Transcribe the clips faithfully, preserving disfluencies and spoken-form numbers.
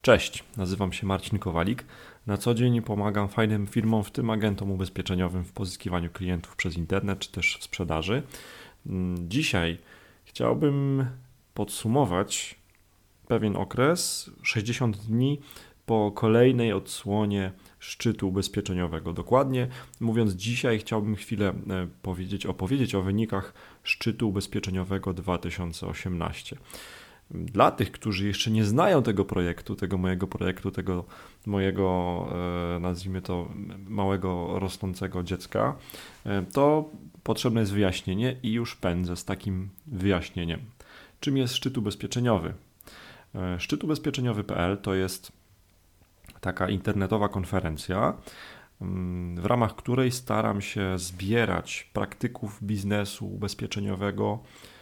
Cześć, nazywam się Marcin Kowalik. Na co dzień pomagam fajnym firmom, w tym agentom ubezpieczeniowym w pozyskiwaniu klientów przez internet czy też w sprzedaży. Dzisiaj chciałbym podsumować pewien okres, sześćdziesiąt dni po kolejnej odsłonie szczytu ubezpieczeniowego. Dokładnie mówiąc, dzisiaj chciałbym chwilę powiedzieć, opowiedzieć o wynikach szczytu ubezpieczeniowego dwa tysiące osiemnastego. Dla tych, którzy jeszcze nie znają tego projektu, tego mojego projektu, tego mojego, nazwijmy to, małego, rosnącego dziecka, to potrzebne jest wyjaśnienie i już pędzę z takim wyjaśnieniem. Czym jest szczyt ubezpieczeniowy? Szczyt ubezpieczeniowy kropka pe el to jest taka internetowa konferencja, w ramach której staram się zbierać praktyków biznesu ubezpieczeniowego,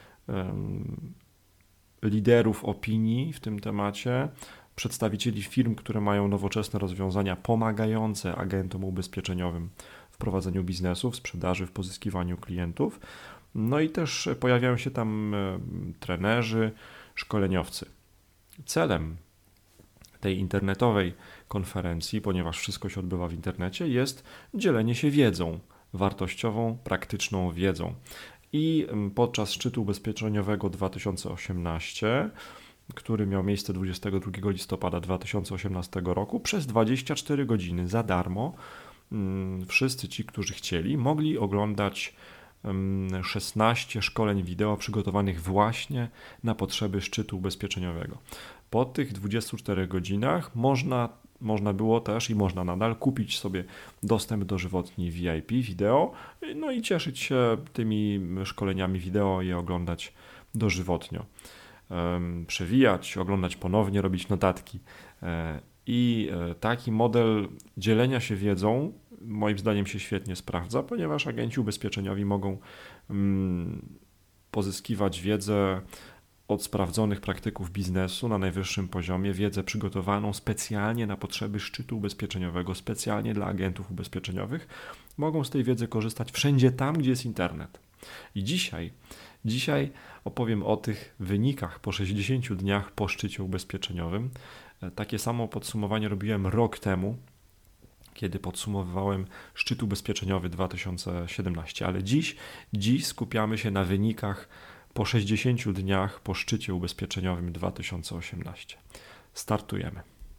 liderów opinii w tym temacie, przedstawicieli firm, które mają nowoczesne rozwiązania pomagające agentom ubezpieczeniowym w prowadzeniu biznesu, w sprzedaży, w pozyskiwaniu klientów. No i też pojawiają się tam trenerzy, szkoleniowcy. Celem tej internetowej konferencji, ponieważ wszystko się odbywa w internecie, jest dzielenie się wiedzą, wartościową, praktyczną wiedzą. I podczas szczytu ubezpieczeniowego dwa tysiące osiemnastego, który miał miejsce dwudziestego drugiego listopada dwa tysiące osiemnastego roku, przez dwadzieścia cztery godziny za darmo wszyscy ci, którzy chcieli, mogli oglądać szesnaście szkoleń wideo przygotowanych właśnie na potrzeby szczytu ubezpieczeniowego. Po tych dwudziestu czterech godzinach można Można było też i można nadal kupić sobie dostęp do żywotni V I P wideo, no i cieszyć się tymi szkoleniami wideo i oglądać dożywotnio. Przewijać, oglądać ponownie, robić notatki. I taki model dzielenia się wiedzą moim zdaniem się świetnie sprawdza, ponieważ agenci ubezpieczeniowi mogą pozyskiwać wiedzę od sprawdzonych praktyków biznesu na najwyższym poziomie, wiedzę przygotowaną specjalnie na potrzeby szczytu ubezpieczeniowego, specjalnie dla agentów ubezpieczeniowych. Mogą z tej wiedzy korzystać wszędzie tam, gdzie jest internet. I dzisiaj, dzisiaj opowiem o tych wynikach po sześćdziesięciu dniach po szczycie ubezpieczeniowym. Takie samo podsumowanie robiłem rok temu, kiedy podsumowywałem szczyt ubezpieczeniowy dwa tysiące siedemnasty, ale dziś, dziś skupiamy się na wynikach po sześćdziesięciu dniach po szczycie ubezpieczeniowym dwa tysiące osiemnastego. Startujemy.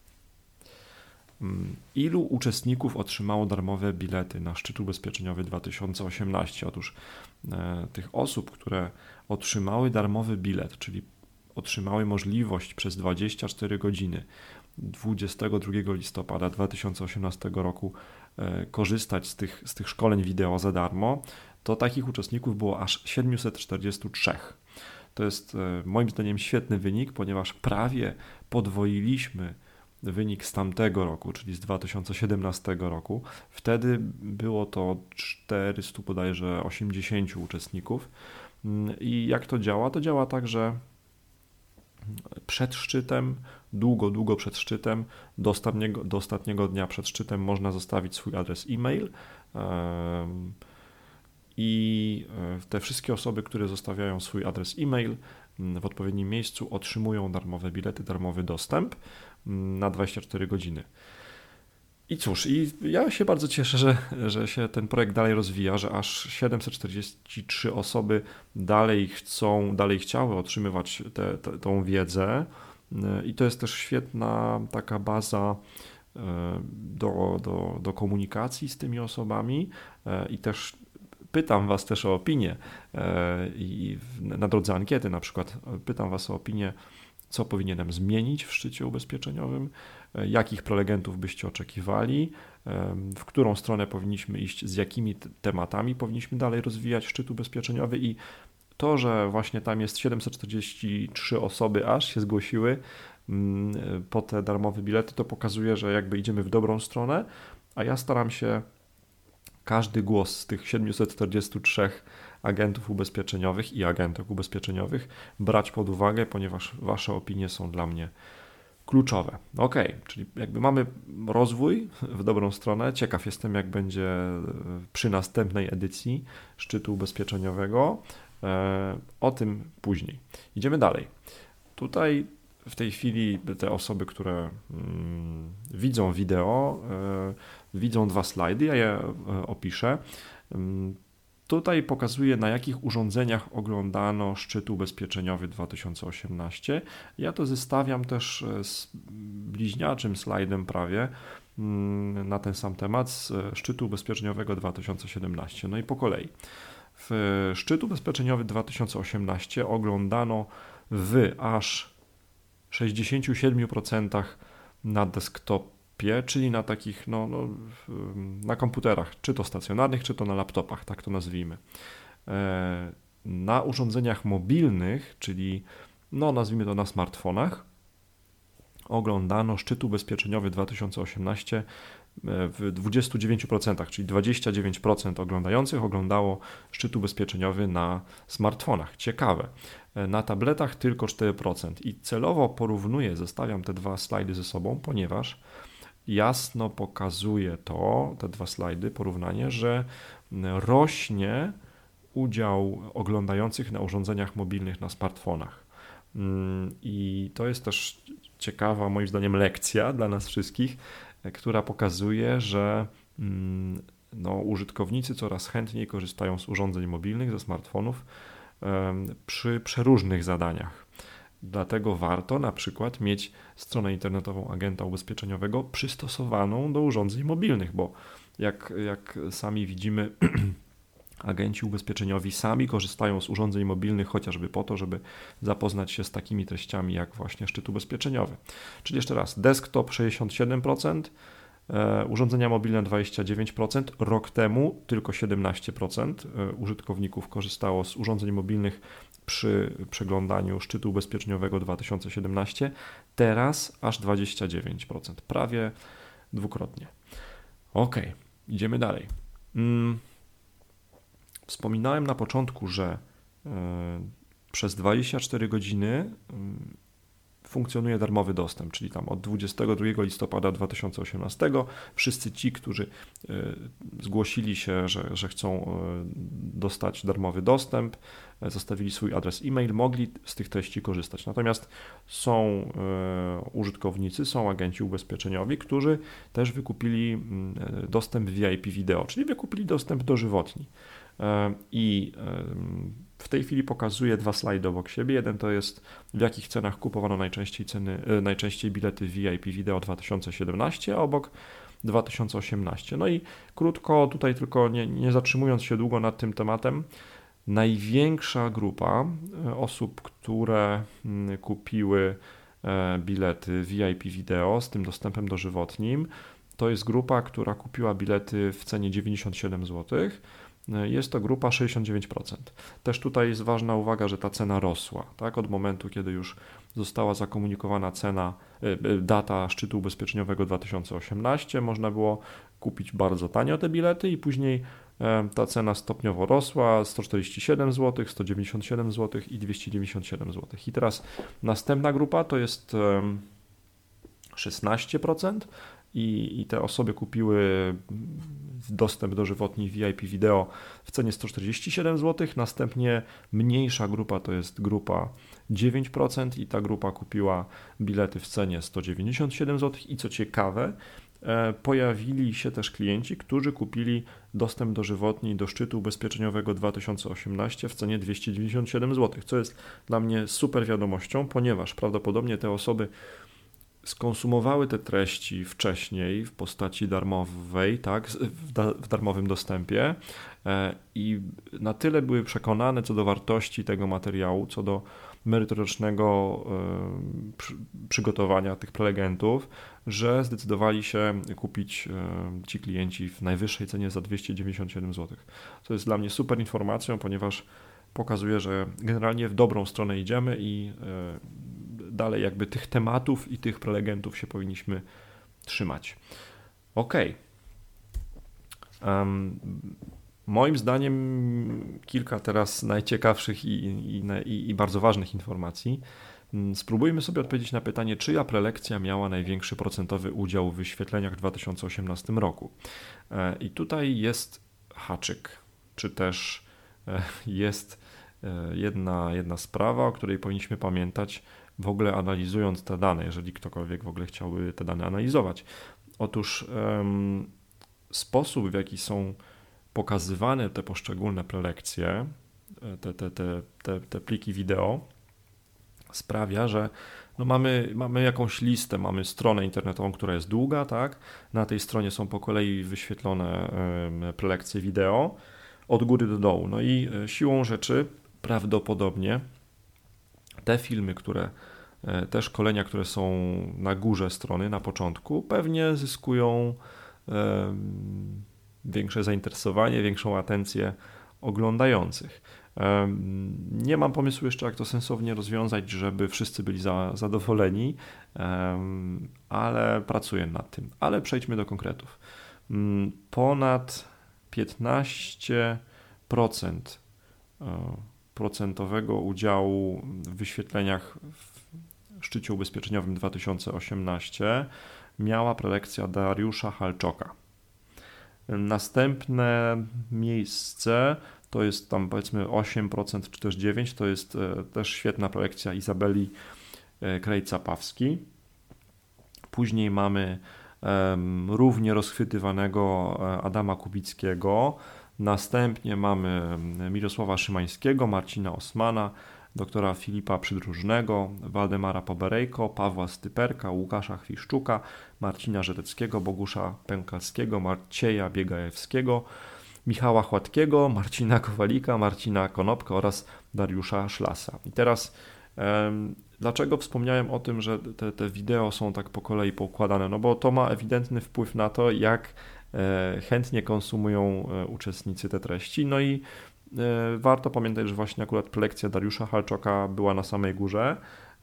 Ilu uczestników otrzymało darmowe bilety na szczyt ubezpieczeniowy dwa tysiące osiemnasty? Otóż e, tych osób, które otrzymały darmowy bilet, czyli otrzymały możliwość przez dwadzieścia cztery godziny dwudziestego drugiego listopada dwa tysiące osiemnastego roku e, korzystać z tych, z tych szkoleń wideo za darmo, to takich uczestników było aż siedemset czterdzieści trzy. To jest moim zdaniem świetny wynik, ponieważ prawie podwoiliśmy wynik z tamtego roku, czyli z dwa tysiące siedemnastego roku. Wtedy było to czterysta bodajże osiemdziesięciu uczestników. I jak to działa? To działa tak, że przed szczytem, długo, długo przed szczytem, do ostatniego, do ostatniego dnia przed szczytem można zostawić swój adres e-mail. I te wszystkie osoby, które zostawiają swój adres e-mail w odpowiednim miejscu, otrzymują darmowe bilety, darmowy dostęp na dwadzieścia cztery godziny. I cóż, i ja się bardzo cieszę, że, że się ten projekt dalej rozwija, że aż siedemset czterdzieści trzy osoby dalej chcą, dalej chciały otrzymywać te, te, tą wiedzę. I to jest też świetna taka baza do, do, do komunikacji z tymi osobami i też pytam Was też o opinię i na drodze ankiety na przykład pytam Was o opinię, co powinienem zmienić w szczycie ubezpieczeniowym, jakich prelegentów byście oczekiwali, w którą stronę powinniśmy iść, z jakimi tematami powinniśmy dalej rozwijać szczyt ubezpieczeniowy i to, że właśnie tam jest siedemset czterdzieści trzy osoby aż się zgłosiły po te darmowe bilety, to pokazuje, że jakby idziemy w dobrą stronę, a ja staram się każdy głos z tych siedemset czterdziestu trzech agentów ubezpieczeniowych i agentek ubezpieczeniowych brać pod uwagę, ponieważ Wasze opinie są dla mnie kluczowe. Ok, czyli jakby mamy rozwój w dobrą stronę. Ciekaw jestem, jak będzie przy następnej edycji szczytu ubezpieczeniowego. O tym później. Idziemy dalej. Tutaj w tej chwili te osoby, które mm, widzą wideo, y, widzą dwa slajdy, ja je y, opiszę. Y, Tutaj pokazuję, na jakich urządzeniach oglądano szczyt ubezpieczeniowy dwa tysiące osiemnaście. Ja to zestawiam też z bliźniaczym slajdem prawie na ten sam temat, z szczytu ubezpieczeniowego dwa tysiące siedemnaście. No i po kolei. W szczyt ubezpieczeniowy dwa tysiące osiemnaście oglądano w aż sześćdziesiąt siedem procent na desktopie, czyli na takich, no, no, na komputerach, czy to stacjonarnych, czy to na laptopach, tak to nazwijmy. Na urządzeniach mobilnych, czyli no, nazwijmy to na smartfonach, oglądano szczyt ubezpieczeniowy dwa tysiące osiemnaście w dwudziestu dziewięciu procentach, czyli dwadzieścia dziewięć procent oglądających oglądało szczyt ubezpieczeniowy na smartfonach. Ciekawe. Na tabletach tylko cztery procent. I celowo porównuję, zestawiam te dwa slajdy ze sobą, ponieważ jasno pokazuje to, te dwa slajdy, porównanie, że rośnie udział oglądających na urządzeniach mobilnych na smartfonach. I to jest też ciekawa, moim zdaniem, lekcja dla nas wszystkich, która pokazuje, że no, użytkownicy coraz chętniej korzystają z urządzeń mobilnych, ze smartfonów przy przeróżnych zadaniach. Dlatego warto na przykład mieć stronę internetową agenta ubezpieczeniowego przystosowaną do urządzeń mobilnych, bo jak, jak sami widzimy, agenci ubezpieczeniowi sami korzystają z urządzeń mobilnych chociażby po to, żeby zapoznać się z takimi treściami jak właśnie szczyt ubezpieczeniowy. Czyli jeszcze raz, desktop sześćdziesiąt siedem procent, e, urządzenia mobilne dwadzieścia dziewięć procent, rok temu tylko siedemnaście procent użytkowników korzystało z urządzeń mobilnych przy przeglądaniu szczytu ubezpieczeniowego dwa tysiące siedemnaście, teraz aż dwadzieścia dziewięć procent, prawie dwukrotnie. Ok, idziemy dalej. Mm. Wspominałem na początku, że y, przez dwadzieścia cztery godziny y, funkcjonuje darmowy dostęp, czyli tam od dwudziestego drugiego listopada dwa tysiące osiemnastego wszyscy ci, którzy y, zgłosili się, że, że chcą y, dostać darmowy dostęp, y, zostawili swój adres e-mail, mogli z tych treści korzystać. Natomiast są y, użytkownicy, są agenci ubezpieczeniowi, którzy też wykupili y, dostęp V I P wideo, czyli wykupili dostęp dożywotni. I w tej chwili pokazuję dwa slajdy obok siebie. Jeden to jest, w jakich cenach kupowano najczęściej ceny, najczęściej bilety V I P Video dwa tysiące siedemnaście, a obok dwa tysiące osiemnaście. No i krótko, tutaj tylko nie, nie zatrzymując się długo nad tym tematem, największa grupa osób, które kupiły bilety V I P Video z tym dostępem dożywotnim, to jest grupa, która kupiła bilety w cenie dziewięćdziesiąt siedem złotych. Jest to grupa sześćdziesiąt dziewięć procent. Też tutaj jest ważna uwaga, że ta cena rosła, tak? Od momentu, kiedy już została zakomunikowana cena, data szczytu ubezpieczeniowego dwa tysiące osiemnaście, można było kupić bardzo tanio te bilety i później ta cena stopniowo rosła, sto czterdzieści siedem złotych, sto dziewięćdziesiąt siedem złotych i dwieście dziewięćdziesiąt siedem złotych. I teraz następna grupa to jest szesnaście procent i, i te osoby kupiły dostęp dożywotni V I P wideo w cenie sto czterdzieści siedem złotych. Następnie mniejsza grupa to jest grupa dziewięć procent i ta grupa kupiła bilety w cenie sto dziewięćdziesiąt siedem złotych. I co ciekawe, pojawili się też klienci, którzy kupili dostęp dożywotni do szczytu ubezpieczeniowego dwa tysiące osiemnaście w cenie dwieście dziewięćdziesiąt siedem złotych, co jest dla mnie super wiadomością, ponieważ prawdopodobnie te osoby skonsumowały te treści wcześniej w postaci darmowej, tak, w, da, w darmowym dostępie e, i na tyle były przekonane co do wartości tego materiału, co do merytorycznego e, przy, przygotowania tych prelegentów, że zdecydowali się kupić e, ci klienci w najwyższej cenie za dwieście dziewięćdziesiąt siedem złotych. To jest dla mnie super informacją, ponieważ pokazuje, że generalnie w dobrą stronę idziemy i e, dalej jakby tych tematów i tych prelegentów się powinniśmy trzymać. Ok. Um, moim zdaniem kilka teraz najciekawszych i, i, i bardzo ważnych informacji. Spróbujmy sobie odpowiedzieć na pytanie, czyja prelekcja miała największy procentowy udział w wyświetleniach w dwa tysiące osiemnastym roku. I tutaj jest haczyk, czy też jest jedna, jedna sprawa, o której powinniśmy pamiętać, w ogóle analizując te dane, jeżeli ktokolwiek w ogóle chciałby te dane analizować. Otóż um, sposób, w jaki są pokazywane te poszczególne prelekcje, te, te, te, te, te pliki wideo, sprawia, że no mamy, mamy jakąś listę, mamy stronę internetową, która jest długa, tak? Na tej stronie są po kolei wyświetlone prelekcje wideo od góry do dołu. No i siłą rzeczy prawdopodobnie te filmy, które, te szkolenia, które są na górze strony, na początku, pewnie zyskują większe zainteresowanie, większą atencję oglądających. Nie mam pomysłu jeszcze, jak to sensownie rozwiązać, żeby wszyscy byli za, zadowoleni, ale pracuję nad tym. Ale przejdźmy do konkretów. Ponad piętnaście procent procentowego udziału w wyświetleniach w szczycie ubezpieczeniowym dwa tysiące osiemnaście miała prelekcja Dariusza Halczoka. Następne miejsce to jest tam powiedzmy osiem procent czy też dziewięć procent, to jest też świetna prelekcja Izabeli Krejca-Pawski. Później mamy równie rozchwytywanego Adama Kubickiego. Następnie mamy Mirosława Szymańskiego, Marcina Osmana, doktora Filipa Przydróżnego, Waldemara Poberejko, Pawła Styperka, Łukasza Chwiszczuka, Marcina Żereckiego, Bogusza Pękalskiego, Macieja Biegajewskiego, Michała Chładkiego, Marcina Kowalika, Marcina Konopka oraz Dariusza Szlasa. I teraz um, dlaczego wspomniałem o tym, że te, te wideo są tak po kolei poukładane? No bo to ma ewidentny wpływ na to, jak e, chętnie konsumują e, uczestnicy te treści. No i e, warto pamiętać, że właśnie akurat prelekcja Dariusza Halczoka była na samej górze.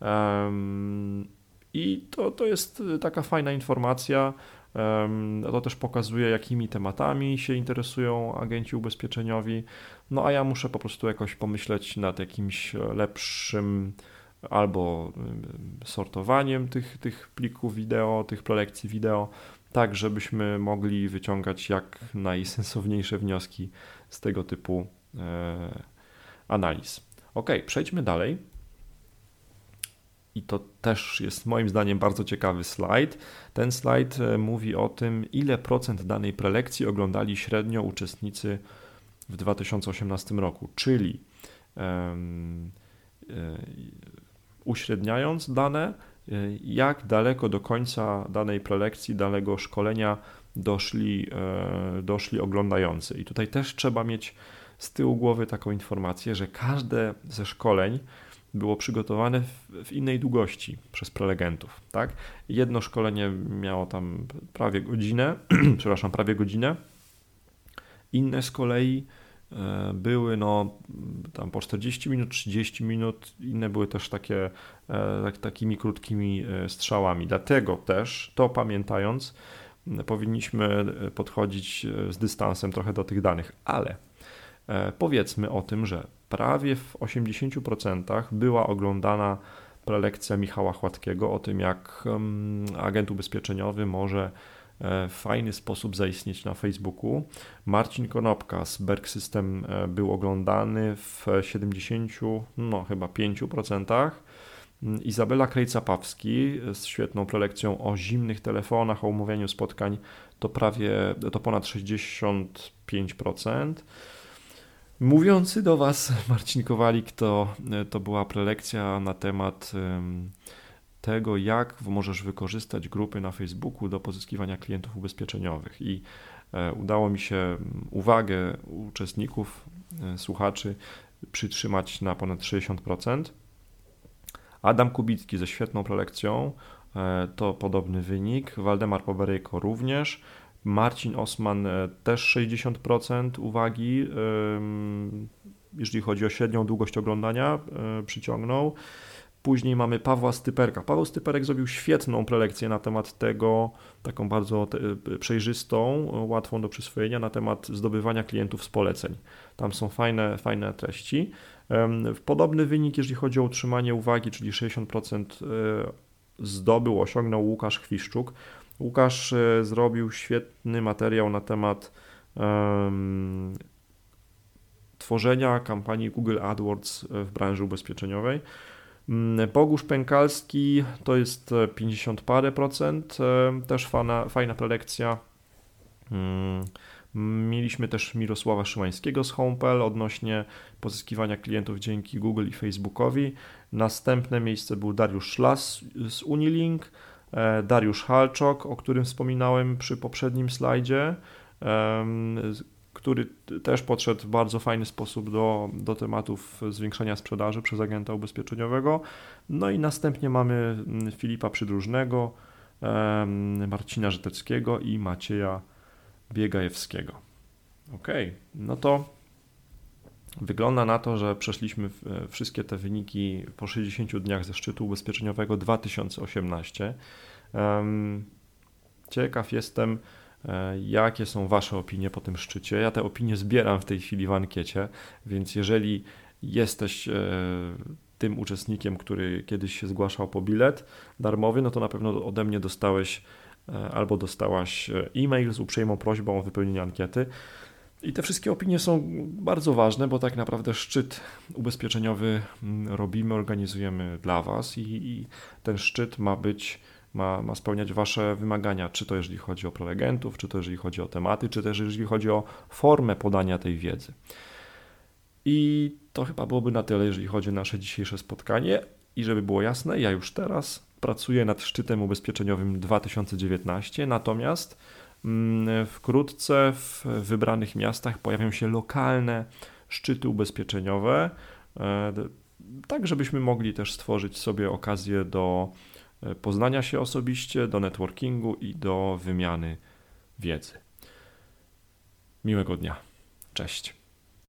Um, I to, to jest taka fajna informacja. To też pokazuje, jakimi tematami się interesują agenci ubezpieczeniowi. No a ja muszę po prostu jakoś pomyśleć nad jakimś lepszym albo sortowaniem tych, tych plików wideo, tych prelekcji wideo, tak żebyśmy mogli wyciągać jak najsensowniejsze wnioski z tego typu e, analiz. Ok, przejdźmy dalej. I to też jest moim zdaniem bardzo ciekawy slajd. Ten slajd mówi o tym, ile procent danej prelekcji oglądali średnio uczestnicy w dwa tysiące osiemnastym roku, czyli um, uśredniając dane, jak daleko do końca danej prelekcji, danego szkolenia doszli, doszli oglądający. I tutaj też trzeba mieć z tyłu głowy taką informację, że każde ze szkoleń było przygotowane w, w innej długości przez prelegentów, tak? Jedno szkolenie miało tam prawie godzinę, przepraszam, prawie godzinę. Inne z kolei e, były no tam po czterdzieści minut, trzydzieści minut, inne były też takie e, tak, takimi krótkimi e, strzałami. Dlatego też, to pamiętając, powinniśmy podchodzić z dystansem trochę do tych danych, ale e, powiedzmy o tym, że prawie w osiemdziesięciu procentach była oglądana prelekcja Michała Chładkiego o tym, jak agent ubezpieczeniowy może w fajny sposób zaistnieć na Facebooku. Marcin Konopka z Berg System był oglądany w siedemdziesięciu, no chyba pięciu procentach. Izabela Krejca-Pawski z świetną prelekcją o zimnych telefonach, o umawianiu spotkań to prawie, to ponad sześćdziesiąt pięć procent. Mówiący do Was Marcin Kowalik to, to była prelekcja na temat tego, jak możesz wykorzystać grupy na Facebooku do pozyskiwania klientów ubezpieczeniowych. I udało mi się uwagę uczestników, słuchaczy przytrzymać na ponad sześćdziesiąt procent. Adam Kubicki ze świetną prelekcją to podobny wynik. Waldemar Poberejko również. Marcin Osman też sześćdziesiąt procent uwagi, jeżeli chodzi o średnią długość oglądania, przyciągnął. Później mamy Pawła Styperka. Paweł Styperek zrobił świetną prelekcję na temat tego, taką bardzo przejrzystą, łatwą do przyswojenia, na temat zdobywania klientów z poleceń. Tam są fajne, fajne treści. Podobny wynik, jeżeli chodzi o utrzymanie uwagi, czyli sześćdziesiąt procent zdobył, osiągnął Łukasz Chwiszczuk. Łukasz zrobił świetny materiał na temat um, tworzenia kampanii Google AdWords w branży ubezpieczeniowej. Bogusz Pękalski to jest pięćdziesiąt parę procent, też fana, fajna prelekcja. Mieliśmy też Mirosława Szymańskiego z home kropka p l odnośnie pozyskiwania klientów dzięki Google i Facebookowi. Następne miejsce był Dariusz Szlas z Unilink, Dariusz Halczok, o którym wspominałem przy poprzednim slajdzie, który też podszedł w bardzo fajny sposób do, do tematów zwiększania sprzedaży przez agenta ubezpieczeniowego. No i następnie mamy Filipa Przydróżnego, Marcina Żyteckiego i Macieja Biegajewskiego. Ok, no to wygląda na to, że przeszliśmy wszystkie te wyniki po sześćdziesięciu dniach ze szczytu ubezpieczeniowego dwa tysiące osiemnaście. Ciekaw jestem, jakie są Wasze opinie po tym szczycie. Ja te opinie zbieram w tej chwili w ankiecie, więc jeżeli jesteś tym uczestnikiem, który kiedyś się zgłaszał po bilet darmowy, no to na pewno ode mnie dostałeś albo dostałaś e-mail z uprzejmą prośbą o wypełnienie ankiety. I te wszystkie opinie są bardzo ważne, bo tak naprawdę szczyt ubezpieczeniowy robimy, organizujemy dla Was i, i ten szczyt ma być, ma, ma spełniać Wasze wymagania, czy to jeżeli chodzi o prelegentów, czy to jeżeli chodzi o tematy, czy też jeżeli chodzi o formę podania tej wiedzy. I to chyba byłoby na tyle, jeżeli chodzi o nasze dzisiejsze spotkanie. I żeby było jasne, ja już teraz pracuję nad szczytem ubezpieczeniowym dwa tysiące dziewiętnaście, natomiast wkrótce w wybranych miastach pojawią się lokalne szczyty ubezpieczeniowe, tak żebyśmy mogli też stworzyć sobie okazję do poznania się osobiście, do networkingu i do wymiany wiedzy. Miłego dnia. Cześć.